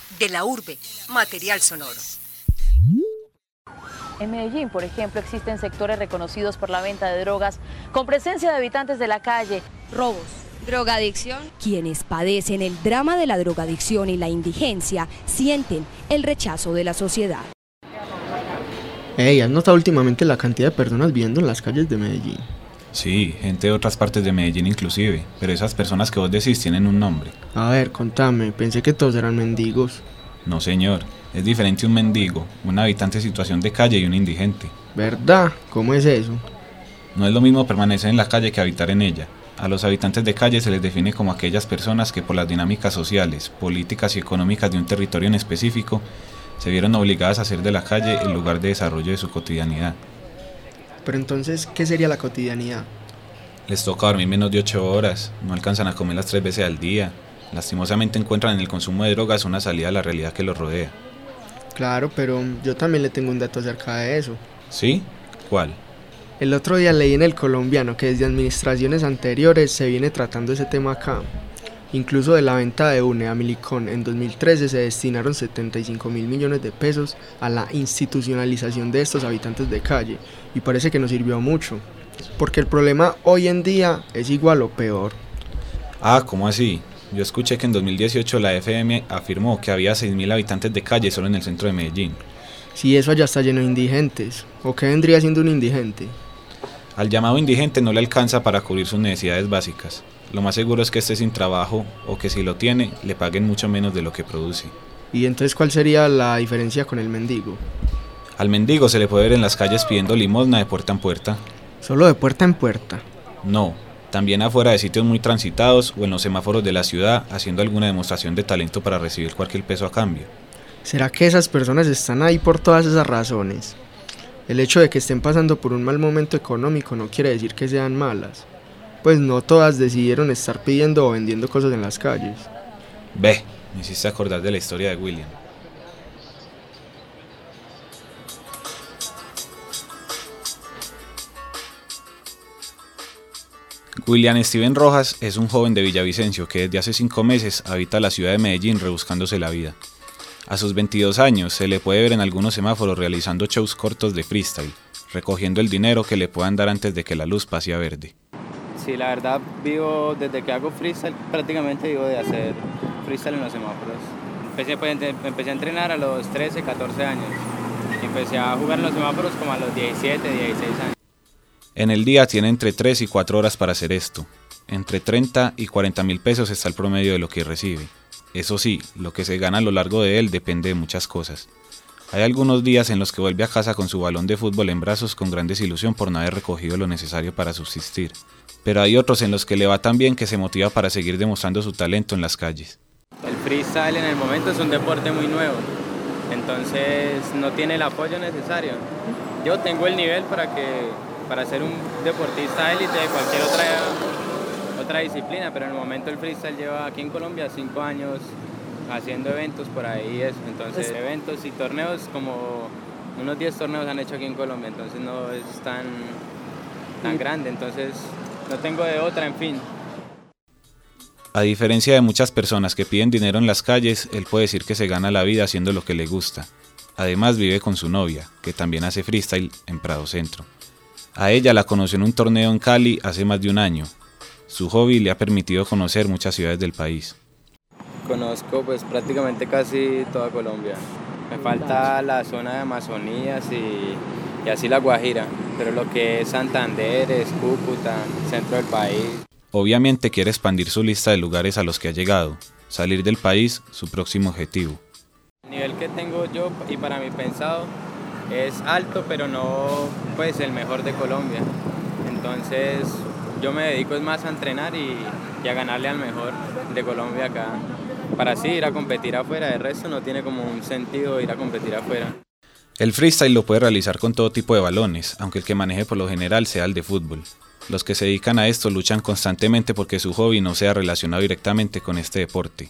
De la urbe, material sonoro. En Medellín, por ejemplo, existen sectores reconocidos por la venta de drogas con presencia de habitantes de la calle, robos, drogadicción. Quienes padecen el drama de la drogadicción y la indigencia sienten el rechazo de la sociedad. Hey, ¿has notado últimamente la cantidad de personas viviendo en las calles de Medellín? Sí, gente de otras partes de Medellín inclusive, pero esas personas que vos decís tienen un nombre. A ver, contame, pensé que todos eran mendigos. No señor, es diferente un mendigo, un habitante en situación de calle y un indigente. ¿Verdad? ¿Cómo es eso? No es lo mismo permanecer en la calle que habitar en ella. A los habitantes de calle se les define como aquellas personas que por las dinámicas sociales, políticas y económicas de un territorio en específico, se vieron obligadas a hacer de la calle el lugar de desarrollo de su cotidianidad. Pero entonces, ¿qué sería la cotidianidad? Les toca dormir menos de 8 horas, no alcanzan a comer las 3 veces al día. Lastimosamente encuentran en el consumo de drogas una salida a la realidad que los rodea. Claro, pero yo también le tengo un dato acerca de eso. ¿Sí? ¿Cuál? El otro día leí en El Colombiano que desde administraciones anteriores se viene tratando ese tema acá. Incluso de la venta de UNE a Milicón en 2013 se destinaron 75.000 millones de pesos a la institucionalización de estos habitantes de calle, y parece que nos sirvió mucho, porque el problema hoy en día es igual o peor. Ah, ¿cómo así? Yo escuché que en 2018 la FM afirmó que había 6.000 habitantes de calle solo en el centro de Medellín. Si eso allá está lleno de indigentes, ¿o qué vendría siendo un indigente? Al llamado indigente no le alcanza para cubrir sus necesidades básicas. Lo más seguro es que esté sin trabajo o que si lo tiene, le paguen mucho menos de lo que produce. ¿Y entonces cuál sería la diferencia con el mendigo? Al mendigo se le puede ver en las calles pidiendo limosna de puerta en puerta. ¿Solo de puerta en puerta? No, también afuera de sitios muy transitados o en los semáforos de la ciudad haciendo alguna demostración de talento para recibir cualquier peso a cambio. ¿Será que esas personas están ahí por todas esas razones? El hecho de que estén pasando por un mal momento económico no quiere decir que sean malas. Pues no todas decidieron estar pidiendo o vendiendo cosas en las calles. Ve, me hiciste acordar de la historia de William. William Steven Rojas es un joven de Villavicencio que desde hace 5 meses habita la ciudad de Medellín rebuscándose la vida. A sus 22 años se le puede ver en algunos semáforos realizando shows cortos de freestyle, recogiendo el dinero que le puedan dar antes de que la luz pase a verde. Sí, la verdad vivo desde que hago freestyle, prácticamente vivo de hacer freestyle en los semáforos. Empecé a entrenar a los 13, 14 años y empecé a jugar en los semáforos como a los 17, 16 años. En el día tiene entre 3 y 4 horas para hacer esto. Entre 30 y 40 mil pesos está el promedio de lo que recibe. Eso sí, lo que se gana a lo largo de él depende de muchas cosas. Hay algunos días en los que vuelve a casa con su balón de fútbol en brazos con gran desilusión por no haber recogido lo necesario para subsistir. Pero hay otros en los que le va tan bien que se motiva para seguir demostrando su talento en las calles. El freestyle en el momento es un deporte muy nuevo, entonces no tiene el apoyo necesario. Yo tengo el nivel para ser un deportista élite de cualquier otra disciplina, pero en el momento el freestyle lleva aquí en Colombia 5 años haciendo eventos por ahí, entonces eventos y torneos, como unos 10 torneos han hecho aquí en Colombia, entonces no es tan grande, entonces no tengo de otra, en fin. A diferencia de muchas personas que piden dinero en las calles, él puede decir que se gana la vida haciendo lo que le gusta. Además vive con su novia, que también hace freestyle en Prado Centro. A ella la conoció en un torneo en Cali hace más de un año. Su hobby le ha permitido conocer muchas ciudades del país. Conozco pues prácticamente casi toda Colombia. Me falta la zona de Amazonías y así la Guajira, pero lo que es Santander, es Cúcuta, centro del país. Obviamente quiere expandir su lista de lugares a los que ha llegado, salir del país, su próximo objetivo. El nivel que tengo yo y para mí pensado es alto, pero no pues el mejor de Colombia. Entonces yo me dedico más a entrenar y a ganarle al mejor de Colombia acá, para así ir a competir afuera. De resto no tiene como un sentido ir a competir afuera. El freestyle lo puede realizar con todo tipo de balones, aunque el que maneje por lo general sea el de fútbol. Los que se dedican a esto luchan constantemente porque su hobby no sea relacionado directamente con este deporte.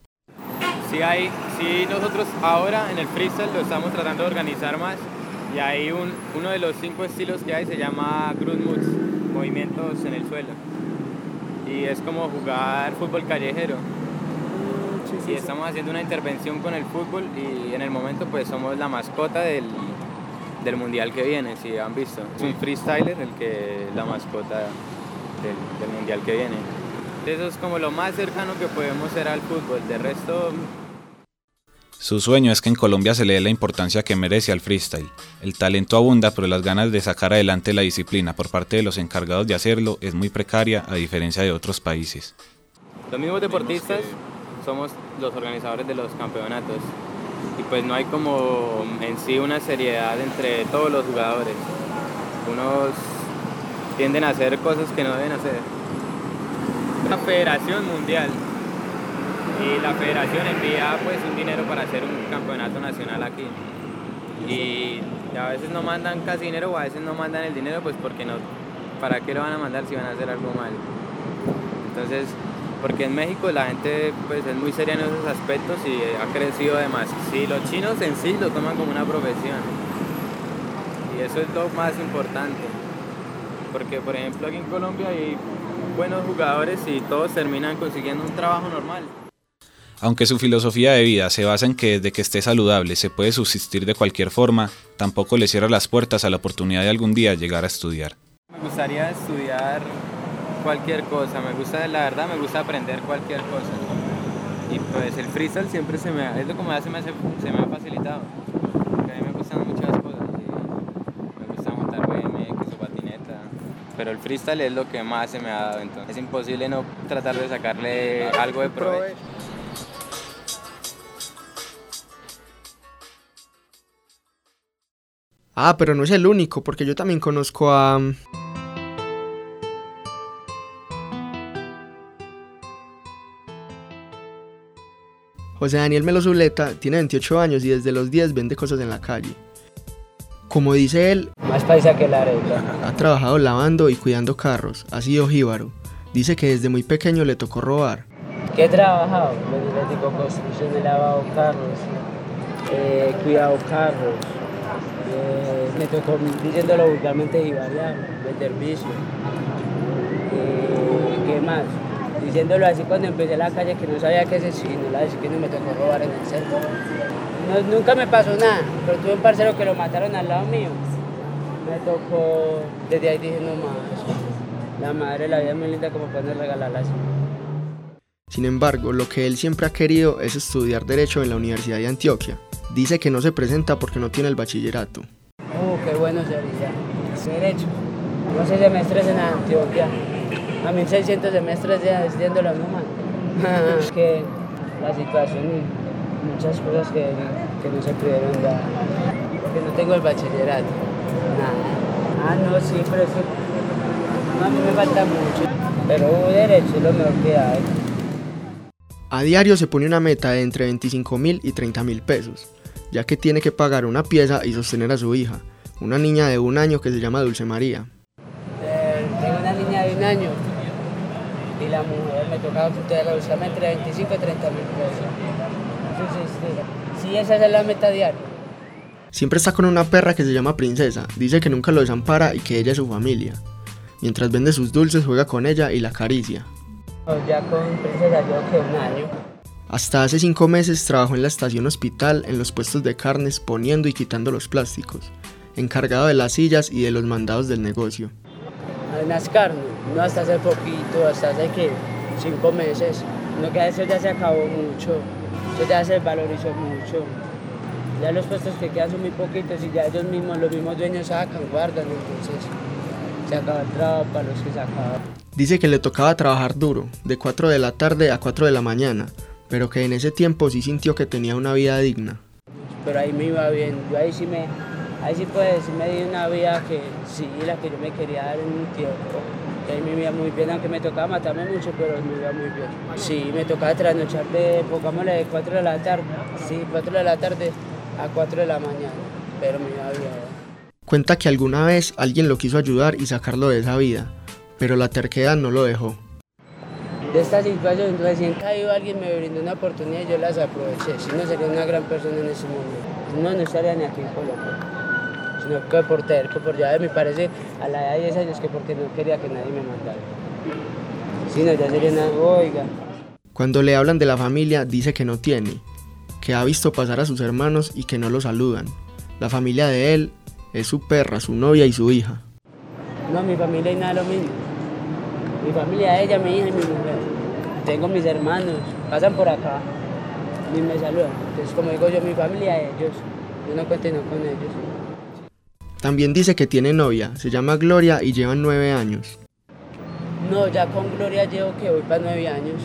Sí, nosotros ahora en el freestyle lo estamos tratando de organizar más y hay uno de los 5 estilos que hay se llama Ground Moves, movimientos en el suelo, y es como jugar fútbol callejero. y estamos haciendo una intervención con el fútbol y en el momento pues somos la mascota del mundial que viene, si han visto. Es un freestyler la mascota del mundial que viene. Eso es como lo más cercano que podemos ser al fútbol, de resto... Su sueño es que en Colombia se le dé la importancia que merece al freestyle. El talento abunda, pero las ganas de sacar adelante la disciplina por parte de los encargados de hacerlo es muy precaria, a diferencia de otros países. Los mismos deportistas somos los organizadores de los campeonatos y pues no hay como en sí una seriedad entre todos los jugadores. Unos tienden a hacer cosas que no deben hacer. La Federación Mundial y la Federación envía pues un dinero para hacer un campeonato nacional aquí y a veces no mandan casi dinero o a veces no mandan el dinero pues porque no, ¿para qué lo van a mandar si van a hacer algo mal? Entonces, porque en México la gente pues es muy seria en esos aspectos y ha crecido además. Sí, los chinos en sí lo toman como una profesión y eso es lo más importante, porque por ejemplo aquí en Colombia hay buenos jugadores y todos terminan consiguiendo un trabajo normal. Aunque su filosofía de vida se basa en que desde que esté saludable se puede subsistir de cualquier forma, tampoco le cierra las puertas a la oportunidad de algún día llegar a estudiar. Me gustaría estudiar cualquier cosa, la verdad me gusta aprender cualquier cosa. Y pues el freestyle siempre es lo que más se me ha facilitado. Porque a mí me gustan muchas cosas. Me gusta montar BMX o patineta. Pero el freestyle es lo que más se me ha dado, entonces es imposible no tratar de sacarle algo de provecho. Ah, pero no es el único, porque yo también conozco a... José Daniel Melo Zuleta tiene 28 años y desde los 10 vende cosas en la calle. Como dice él, más paisa que la arepa. Ha trabajado lavando y cuidando carros, ha sido jíbaro. Dice que desde muy pequeño le tocó robar. ¿Qué he trabajado? Les digo, construcción, he lavado carros, cuidado carros. Me tocó, diciéndolo vulgarmente, jibarear, vender vicio. ¿Qué más? Diciéndolo así cuando empecé la calle que no sabía qué es eso, y no la decía que no me tocó robar en el centro. No, nunca me pasó nada, pero tuve un parcero que lo mataron al lado mío. Me tocó, desde ahí dije no más, la madre la vida es muy linda como para no regalarla así. Sin embargo, lo que él siempre ha querido es estudiar Derecho en la Universidad de Antioquia. Dice que no se presenta porque no tiene el bachillerato. Qué bueno sería. Derecho. 12 semestres en Antioquia. A 1600 semestres ya haciendo la misma. Es que la situación, muchas cosas que no se pudieron dar. Porque no tengo el bachillerato. Nada. No, sí, pero eso a mí me falta mucho. Pero Derecho es lo mejor que hay. A diario se pone una meta de entre 25.000 y 30.000 pesos, ya que tiene que pagar una pieza y sostener a su hija, una niña de 1 año que se llama Dulce María. Tengo una niña de 1 año y la mujer me tocaba reducirme entre 25 y 30.000 pesos. Sí, esa es la meta diaria. Siempre está con una perra que se llama Princesa, dice que nunca lo desampara y que ella es su familia. Mientras vende sus dulces juega con ella y la acaricia. Ya con Princesa llevo que 1 año. Hasta hace 5 meses trabajó en la estación hospital en los puestos de carnes poniendo y quitando los plásticos, encargado de las sillas y de los mandados del negocio. En las carnes, no hasta hace poquito, hasta hace 5 meses, no que eso ya se acabó mucho, eso ya se valorizó mucho. Ya los puestos que quedan son muy poquitos y ya ellos mismos, los mismos dueños sacan, guardan, entonces se acaba el trabajo para los que se acaban. Dice que le tocaba trabajar duro, de 4 de la tarde a 4 de la mañana, pero que en ese tiempo sí sintió que tenía una vida digna. Pero ahí me iba bien, yo ahí sí me di una vida que sí, la que yo me quería dar en un tiempo. Y ahí me iba muy bien, aunque me tocaba matarme mucho, pero me iba muy bien. Sí, me tocaba trasnochar pongámosle de 4 de la tarde, sí, 4 de la tarde a 4 de la mañana, pero me iba bien. Cuenta que alguna vez alguien lo quiso ayudar y sacarlo de esa vida, pero la terquedad no lo dejó. De esta situación recién caído alguien me brindó una oportunidad y yo las aproveché. Si no, sería una gran persona en ese momento. No estaría ni aquí en Colombia, sino que por terco, por ya me parece a la edad de 10 años que porque no quería que nadie me mandara. Si no, ya sería una oiga. Cuando le hablan de la familia, dice que no tiene, que ha visto pasar a sus hermanos y que no lo saludan. La familia de él es su perra, su novia y su hija. No, mi familia y nada lo mismo. Mi familia, ella, mi hija y mi mujer. Tengo mis hermanos, pasan por acá, ni me saludan. Entonces, como digo yo, mi familia, ellos. Yo no cuento con ellos. También dice que tiene novia, se llama Gloria y llevan 9 años. No, ya con Gloria llevo que voy para 9 años.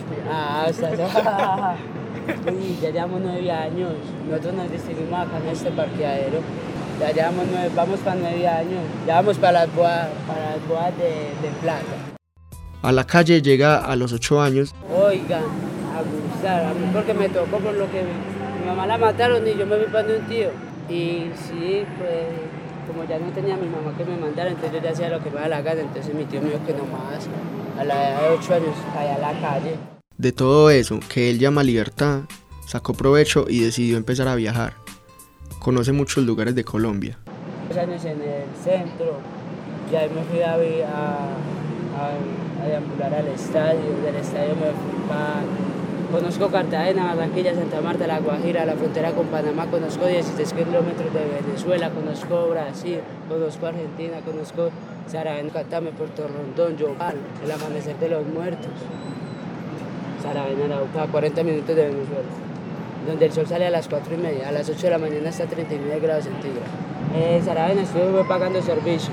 Uy, ya llevamos 9 años. Nosotros nos distribuimos acá en este parqueadero. Ya llevamos 9, vamos para 9 años. Ya vamos para las bodas de plata. A la calle llega a los 8 años. Oigan, a gustar, a mí porque me tocó por lo que mi mamá la mataron y yo me fui para un tío. Y sí, pues como ya no tenía a mi mamá que me mandara, entonces yo ya hacía lo que me daba la gana. Entonces mi tío me dijo que nomás a la edad de 8 años caía a la calle. De todo eso, que él llama libertad, sacó provecho y decidió empezar a viajar. Conoce muchos lugares de Colombia. 2 años en el centro, ya me fui a deambular al estadio, del estadio me fui para... Conozco Cartagena, Barranquilla, Santa Marta, La Guajira, la frontera con Panamá, conozco 16 kilómetros de Venezuela, conozco Brasil, conozco Argentina, conozco Saravena, Catame, Puerto Rondón, Yopal, el amanecer de los muertos. Saravena, Arauca, 40 minutos de Venezuela, donde el sol sale a las 4:30, a las 8 de la mañana está a 39 grados centígrados. Saravena estuve pagando servicio,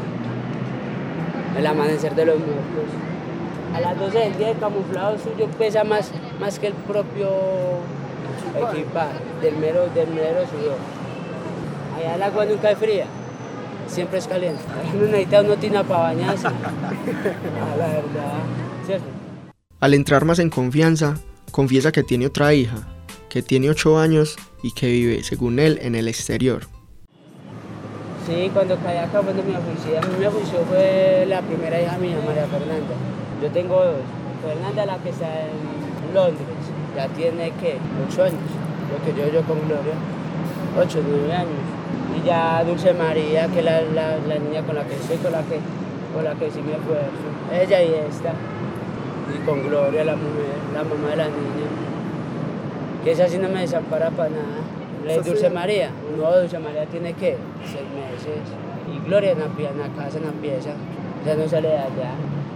el amanecer de los muertos. A las 12 del día el camuflado suyo pesa más que el propio equipaje del mero sudor. Allá el agua nunca es fría, siempre es caliente. No necesita una tina para bañarse, la verdad, ¿cierto? Al entrar más en confianza, confiesa que tiene otra hija, que tiene 8 años y que vive, según él, en el exterior. Sí, cuando caí acá fue de mi oficio. A mí me ofició fue la primera hija mía, María Fernanda. Yo tengo 2. Fernanda, la que está en Londres, ya tiene, ¿qué? 8 años. Lo que yo con Gloria, 8, 9 años. Y ya Dulce María, que es la niña con la que estoy, con la que sí me esfuerzo. Ella y esta. Y con Gloria, la mujer, la mamá de la niña. Que esa sí no me desampara para nada. Dulce María, no, Dulce María tiene, ¿qué? 6 meses. Y Gloria en la casa, en la pieza. Ya no sale de allá.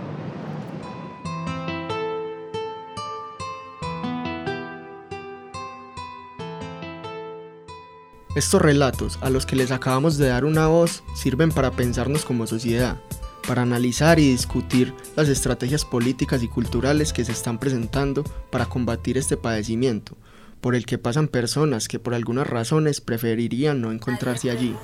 Estos relatos, a los que les acabamos de dar una voz, sirven para pensarnos como sociedad, para analizar y discutir las estrategias políticas y culturales que se están presentando para combatir este padecimiento, por el que pasan personas que por algunas razones preferirían no encontrarse allí.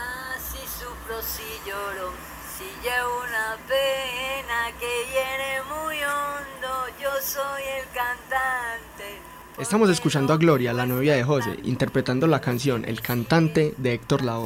Estamos escuchando a Gloria, la novia de José, interpretando la canción El Cantante de Héctor Lavoe.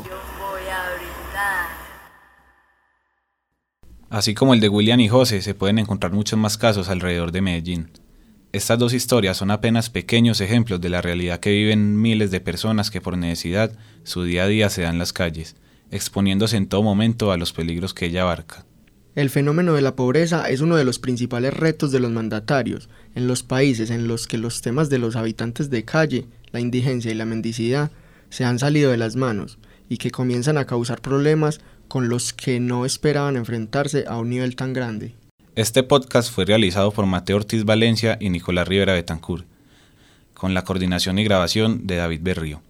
Así como el de William y José, se pueden encontrar muchos más casos alrededor de Medellín. Estas 2 historias son apenas pequeños ejemplos de la realidad que viven miles de personas que por necesidad su día a día se dan en las calles, exponiéndose en todo momento a los peligros que ella abarca. El fenómeno de la pobreza es uno de los principales retos de los mandatarios en los países en los que los temas de los habitantes de calle, la indigencia y la mendicidad se han salido de las manos y que comienzan a causar problemas con los que no esperaban enfrentarse a un nivel tan grande. Este podcast fue realizado por Mateo Ortiz Valencia y Nicolás Rivera Betancourt, con la coordinación y grabación de David Berrío.